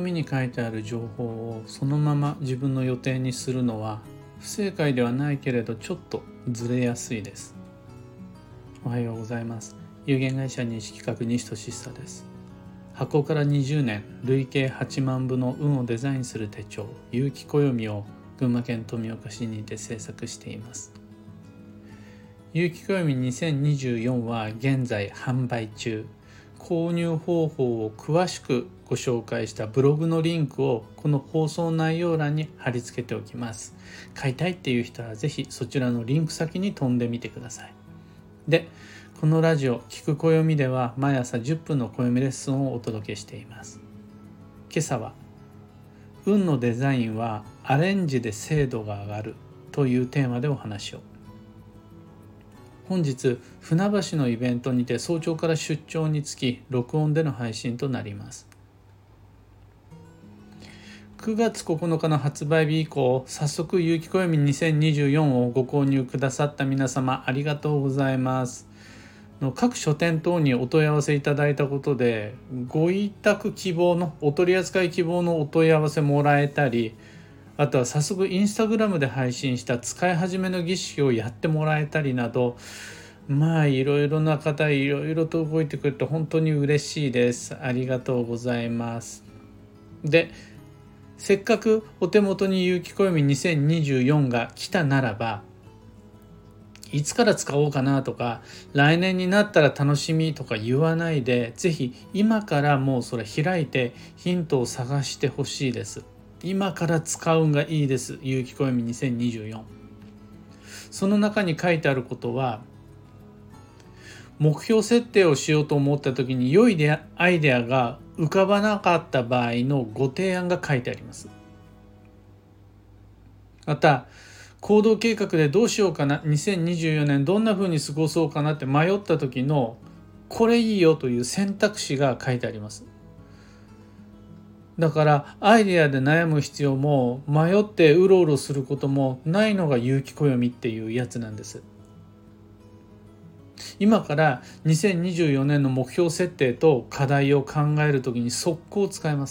暦に書いてある情報をそのまま自分の予定にするのは不正解ではないけれどちょっとずれやすいです。おはようございます。有限会社認識企画西俊久です。発行から20年、累計8万部の運をデザインする手帳有機暦を群馬県富岡市にて制作しています。有機暦2024は現在販売中。購入方法を詳しくご紹介したブログのリンクをこの放送内容欄に貼り付けておきます。買いたいっていう人はぜひそちらのリンク先に飛んでみてください。で、このラジオ聞く暦では毎朝10分の暦レッスンをお届けしています。今朝は運のデザインはアレンジで精度が上がるというテーマでお話を。本日船橋のイベントにて早朝から出張につき録音での配信となります。9月9日の発売日以降、早速有機暦2024をご購入くださった皆様ありがとうございます。各書店等にお問い合わせいただいたことでご委託希望のお取り扱い希望のお問い合わせもらえたり、あとは早速インスタグラムで配信した使い始めの儀式をやってもらえたりなど、いろいろな方いろいろと動いてくれて本当に嬉しいです。ありがとうございます。で、せっかくお手元に有機暦2024が来たならば、いつから使おうかなとか来年になったら楽しみとか言わないで、ぜひ今からもうそれ開いてヒントを探してほしいです。今から使うんがいいです。有機暦2024。その中に書いてあることは、目標設定をしようと思った時に良いアイデアが浮かばなかった場合のご提案が書いてあります。また、行動計画でどうしようかな、2024年どんな風に過ごそうかなって迷った時のこれいいよという選択肢が書いてあります。だからアイデアで悩む必要も迷ってうろうろすることもないのが有機暦っていうやつなんです。今から2024年の目標設定と課題を考えるときに速攻使えます。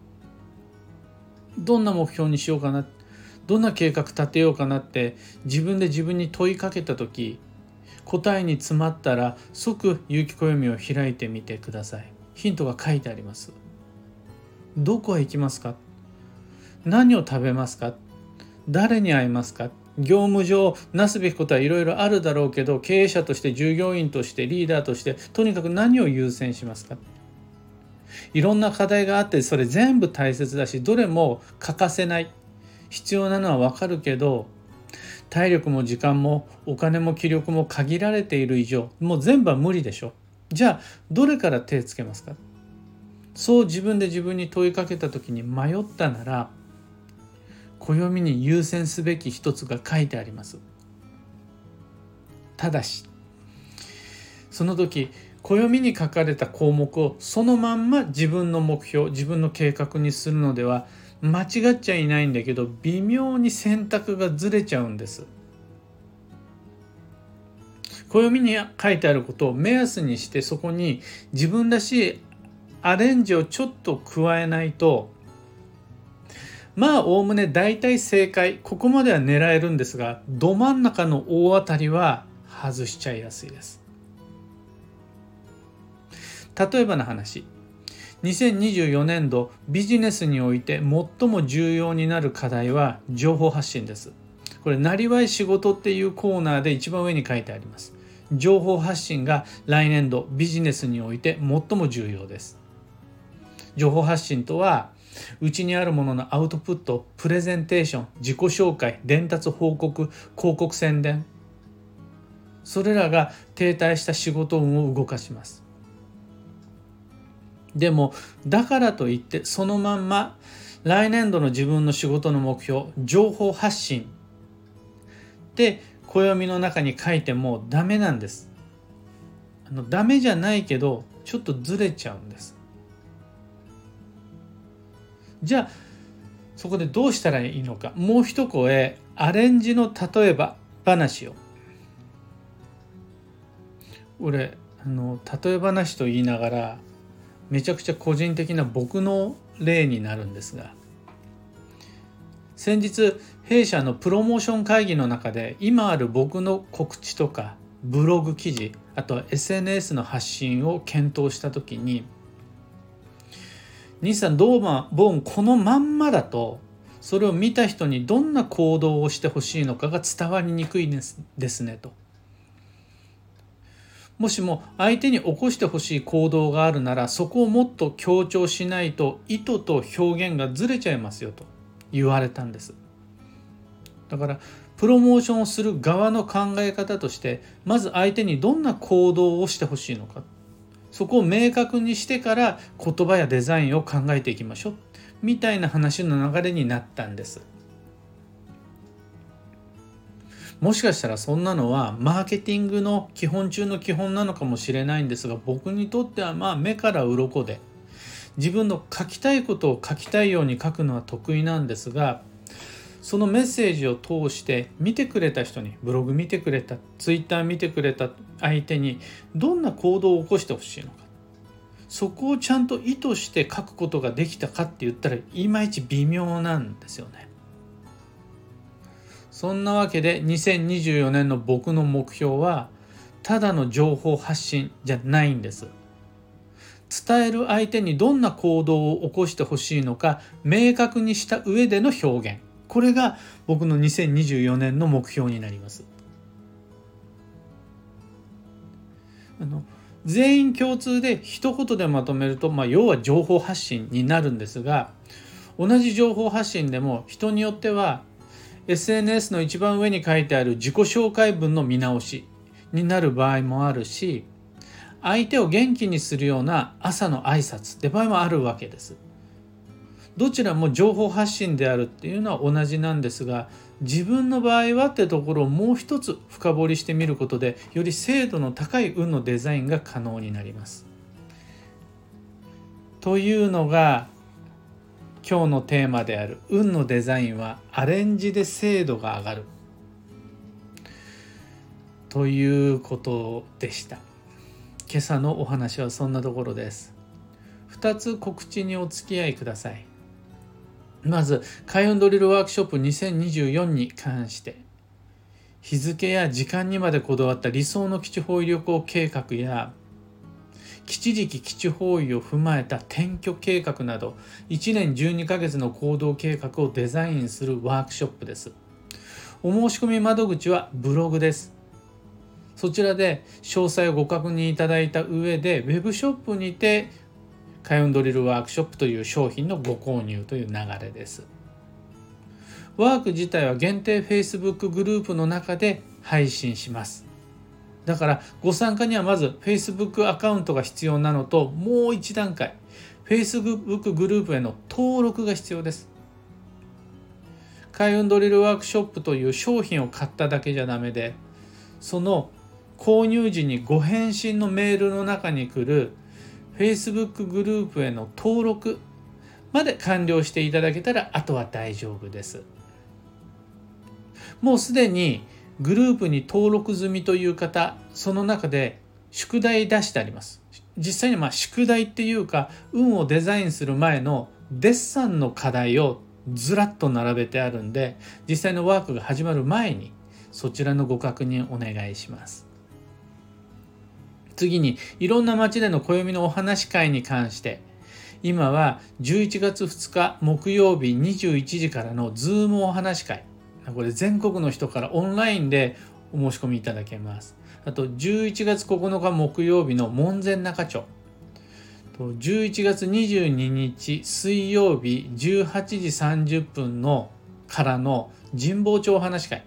どんな目標にしようかな、どんな計画立てようかなって自分で自分に問いかけたとき、答えに詰まったら即有機暦を開いてみてください。ヒントが書いてあります。どこへ行きますか？何を食べますか？誰に会いますか？業務上なすべきことはいろいろあるだろうけど、経営者として従業員としてリーダーとしてとにかく何を優先しますか？いろんな課題があってそれ全部大切だし、どれも欠かせない、必要なのはわかるけど、体力も時間もお金も気力も限られている以上もう全部は無理でしょ。じゃあどれから手つけますか？そう自分で自分に問いかけた時に迷ったなら、暦に優先すべき一つが書いてあります。ただし、その時暦に書かれた項目をそのまんま自分の目標、自分の計画にするのでは間違っちゃいないんだけど、微妙に選択がずれちゃうんです。暦に書いてあることを目安にして、そこに自分らしいアレンジをちょっと加えないと、おおむね大体正解、ここまでは狙えるんですが、ど真ん中の大当たりは外しちゃいやすいです。例えばの話、2024年度ビジネスにおいて最も重要になる課題は情報発信です。これなりわい仕事っていうコーナーで一番上に書いてあります。情報発信が来年度ビジネスにおいて最も重要です。情報発信とは、うちにあるもののアウトプット、プレゼンテーション、自己紹介、伝達報告、広告宣伝、それらが停滞した仕事運を動かします。でもだからといってそのまんま来年度の自分の仕事の目標、情報発信で暦の中に書いてもダメなんです。ダメじゃないけどちょっとずれちゃうんです。じゃあそこでどうしたらいいのか、もう一声アレンジの例えば話を。俺例え話と言いながらめちゃくちゃ個人的な僕の例になるんですが、先日弊社のプロモーション会議の中で今ある僕の告知とかブログ記事、あとは SNS の発信を検討した時に、西さんどうもこのまんまだとそれを見た人にどんな行動をしてほしいのかが伝わりにくいですねと。もしも相手に起こしてほしい行動があるなら、そこをもっと強調しないと意図と表現がずれちゃいますよと言われたんです。だからプロモーションをする側の考え方として、まず相手にどんな行動をしてほしいのか、そこを明確にしてから言葉やデザインを考えていきましょうみたいな話の流れになったんです。もしかしたらそんなのはマーケティングの基本中の基本なのかもしれないんですが、僕にとっては目から鱗で、自分の書きたいことを書きたいように書くのは得意なんですが、そのメッセージを通して見てくれた人に、ブログ見てくれた、ツイッター見てくれた相手にどんな行動を起こしてほしいのか、そこをちゃんと意図して書くことができたかって言ったらいまいち微妙なんですよね。そんなわけで2024年の僕の目標はただの情報発信じゃないんです。伝える相手にどんな行動を起こしてほしいのか明確にした上での表現、これが僕の2024年の目標になります。全員共通で一言でまとめると、要は情報発信になるんですが、同じ情報発信でも人によってはSNS の一番上に書いてある自己紹介文の見直しになる場合もあるし、相手を元気にするような朝の挨拶って場合もあるわけです。どちらも情報発信であるっていうのは同じなんですが、自分の場合はってところをもう一つ深掘りしてみることで、より精度の高い運のデザインが可能になります。というのが今日のテーマである運のデザインはアレンジで精度が上がるということでした。今朝のお話はそんなところです。2つ告知にお付き合いください。まず開運ドリルワークショップ2024に関して、日付や時間にまでこだわった理想の基地方位旅行計画や基地時期基地方位を踏まえた転居計画など1年12ヶ月の行動計画をデザインするワークショップです。お申し込み窓口はブログです。そちらで詳細をご確認いただいた上で、ウェブショップにて開運ドリルワークショップという商品のご購入という流れです。ワーク自体は限定 Facebook グループの中で配信します。だからご参加にはまず Facebook アカウントが必要なのと、もう一段階 Facebook グループへの登録が必要です。開運ドリルワークショップという商品を買っただけじゃダメで、その購入時にご返信のメールの中に来る Facebook グループへの登録まで完了していただけたら、あとは大丈夫です。もうすでにグループに登録済みという方、その中で宿題出してあります。実際に宿題っていうか、運をデザインする前のデッサンの課題をずらっと並べてあるんで、実際のワークが始まる前にそちらのご確認お願いします。次に、いろんな街での暦のお話し会に関して、今は11月2日木曜日21時からのズームお話し会、これ全国の人からオンラインでお申し込みいただけます。あと11月9日木曜日の門前仲町、11月22日水曜日18時30分のからの神保町お話し会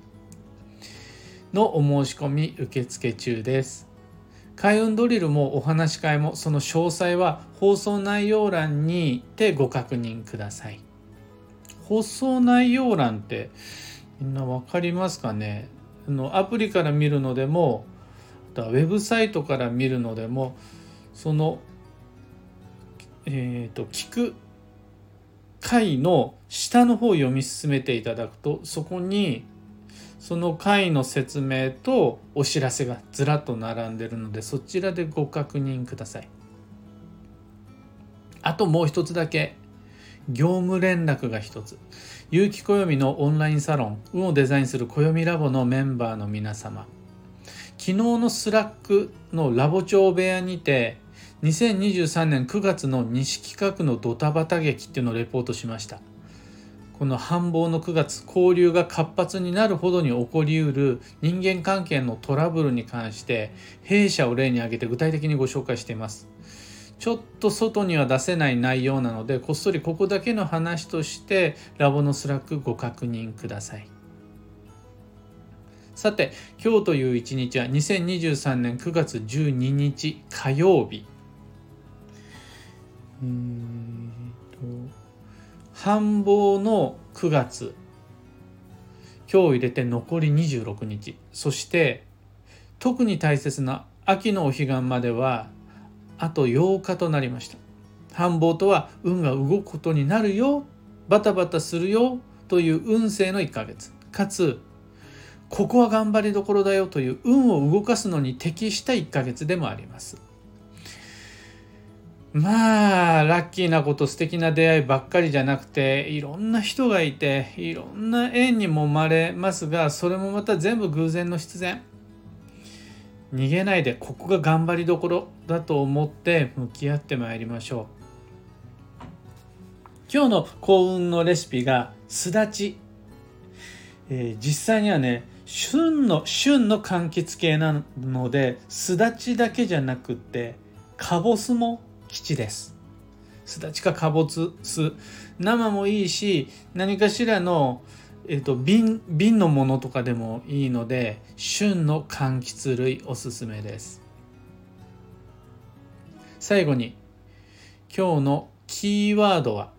のお申し込み受付中です。開運ドリルもお話し会も、その詳細は放送内容欄にてご確認ください。放送内容欄ってみんな分かりますかね。アプリから見るのでも、あとはウェブサイトから見るのでも、その、聞く回の下の方を読み進めていただくと、そこにその回の説明とお知らせがずらっと並んでいるので、そちらでご確認ください。 あともう一つだけ業務連絡が一つ。有機暦のオンラインサロン運をデザインする暦ラボのメンバーの皆様、昨日のスラックのラボ長部屋にて2023年9月の西企画のドタバタ劇っていうのをレポートしました。この繁忙の9月、交流が活発になるほどに起こりうる人間関係のトラブルに関して弊社を例に挙げて具体的にご紹介しています。ちょっと外には出せない内容なので、こっそりここだけの話としてラボのスラックご確認ください。さて、今日という一日は2023年9月12日火曜日。繁忙の9月、今日入れて残り26日、そして特に大切な秋のお彼岸まではあと8日となりました。繁忙とは運が動くことになるよ、バタバタするよという運勢の1ヶ月、かつここは頑張りどころだよという運を動かすのに適した1ヶ月でもあります。まあラッキーなこと、素敵な出会いばっかりじゃなくて、いろんな人がいていろんな縁にもまれますが、それもまた全部偶然の必然。逃げないで、ここが頑張りどころだと思って向き合ってまいりましょう。今日の幸運のレシピがすだち、実際にはね、旬の柑橘系なので、すだちだけじゃなくてかぼすも吉です。すだちかかぼす、生もいいし、何かしらの瓶のものとかでもいいので、旬の柑橘類おすすめです。最後に今日のキーワードは、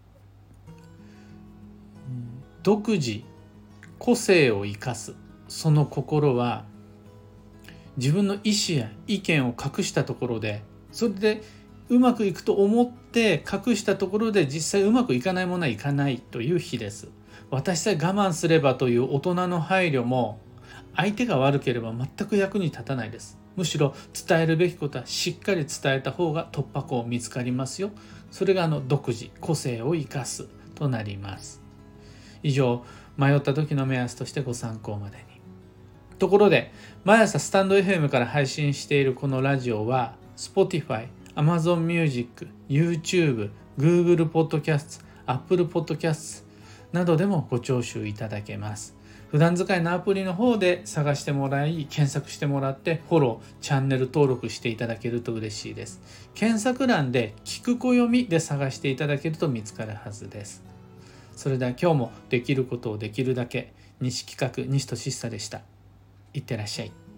独自、個性を生かす。その心は、自分の意思や意見を隠したところで、それでうまくいくと思って隠したところで実際うまくいかないものはいかないという日です。私さえ我慢すればという大人の配慮も相手が悪ければ全く役に立たないです。むしろ伝えるべきことはしっかり伝えた方が突破口見つかりますよ。それが独自、個性を生かすとなります。以上、迷った時の目安としてご参考までに。ところで、毎朝スタンド FM から配信しているこのラジオは Spotify、Amazon Music、YouTube、Google Podcast、Apple Podcast などでもご聴取いただけます。普段使いのアプリの方で探してもらい、検索してもらってフォロー、チャンネル登録していただけると嬉しいです。検索欄で聞く暦で探していただけると見つかるはずです。それでは今日もできることをできるだけ、西企画西俊久でした。いってらっしゃい。